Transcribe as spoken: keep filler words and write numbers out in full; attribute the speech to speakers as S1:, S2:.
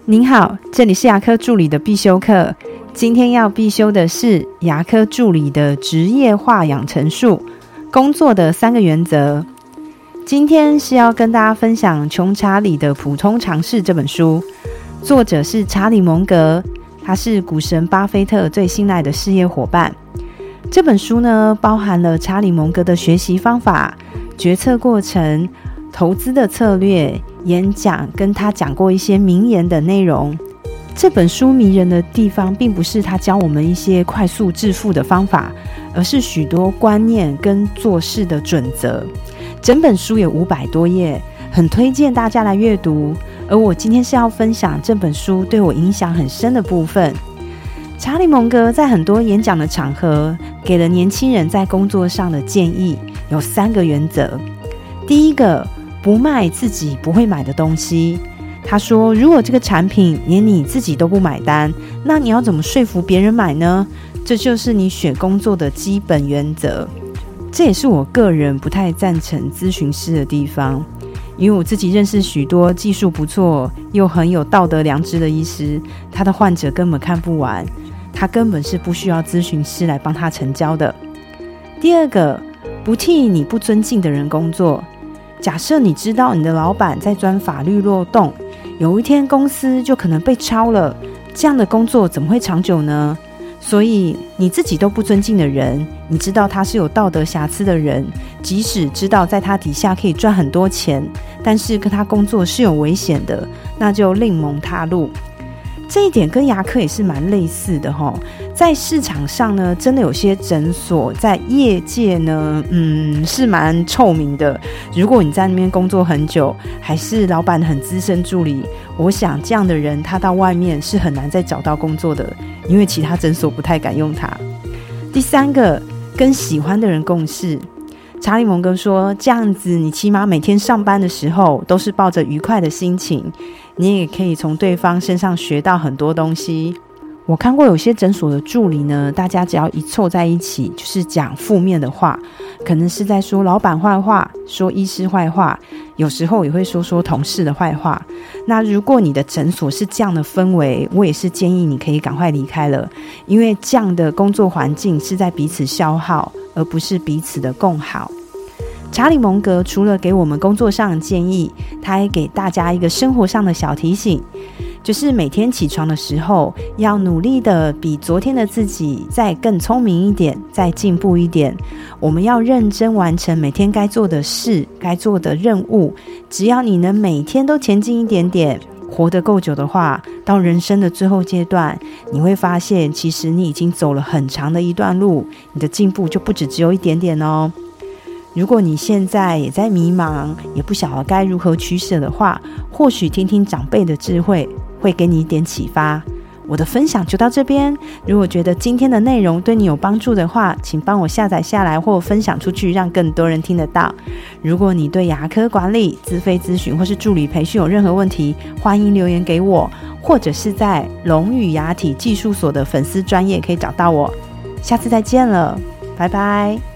S1: 您好，这里是牙科助理的必修课。今天要必修的是牙科助理的职业化养成术，工作的三个原则。今天是要跟大家分享《穷查理的普通常识》这本书，作者是查理蒙格，他是股神巴菲特最信赖的事业伙伴。这本书呢，包含了查理蒙格的学习方法、决策过程、投资的策略、演讲，跟他讲过一些名言的内容。这本书迷人的地方并不是他教我们一些快速致富的方法，而是许多观念跟做事的准则。整本书有五百多页，很推荐大家来阅读。而我今天是要分享这本书对我影响很深的部分。查理蒙格在很多演讲的场合给了年轻人在工作上的建议，有三个原则。第一个，不卖自己不会买的东西。他说，如果这个产品连你自己都不买单，那你要怎么说服别人买呢？这就是你选工作的基本原则。这也是我个人不太赞成咨询师的地方，因为我自己认识许多技术不错又很有道德良知的医师，他的患者根本看不完，他根本是不需要咨询师来帮他成交的。第二个，不替你不尊敬的人工作。假设你知道你的老板在钻法律漏洞，有一天公司就可能被抄了，这样的工作怎么会长久呢？所以你自己都不尊敬的人，你知道他是有道德瑕疵的人，即使知道在他底下可以赚很多钱，但是跟他工作是有危险的，那就另谋他路。这一点跟牙科也是蛮类似的齁。在市场上呢，真的有些诊所在业界呢，嗯，是蛮臭名的。如果你在那边工作很久，还是老板很资深助理，我想这样的人他到外面是很难再找到工作的，因为其他诊所不太敢用他。第三个，跟喜欢的人共事。查理蒙格说，这样子你起码每天上班的时候都是抱着愉快的心情，你也可以从对方身上学到很多东西。我看过有些诊所的助理呢，大家只要一凑在一起就是讲负面的话，可能是在说老板坏话，说医师坏话，有时候也会说说同事的坏话。那如果你的诊所是这样的氛围，我也是建议你可以赶快离开了，因为这样的工作环境是在彼此消耗，而不是彼此的共好。查理蒙格除了给我们工作上的建议，他还给大家一个生活上的小提醒，就是每天起床的时候要努力的比昨天的自己再更聪明一点，再进步一点。我们要认真完成每天该做的事，该做的任务。只要你能每天都前进一点点，活得够久的话，到人生的最后阶段，你会发现其实你已经走了很长的一段路，你的进步就不只只有一点点哦。如果你现在也在迷茫，也不晓得该如何取舍的话，或许听听长辈的智慧会给你一点启发。我的分享就到这边，如果觉得今天的内容对你有帮助的话，请帮我下载下来或分享出去，让更多人听得到。如果你对牙科管理、自费咨询或是助理培训有任何问题，欢迎留言给我，或者是在龙语牙体技术所的粉丝专页可以找到我。下次再见了，拜拜。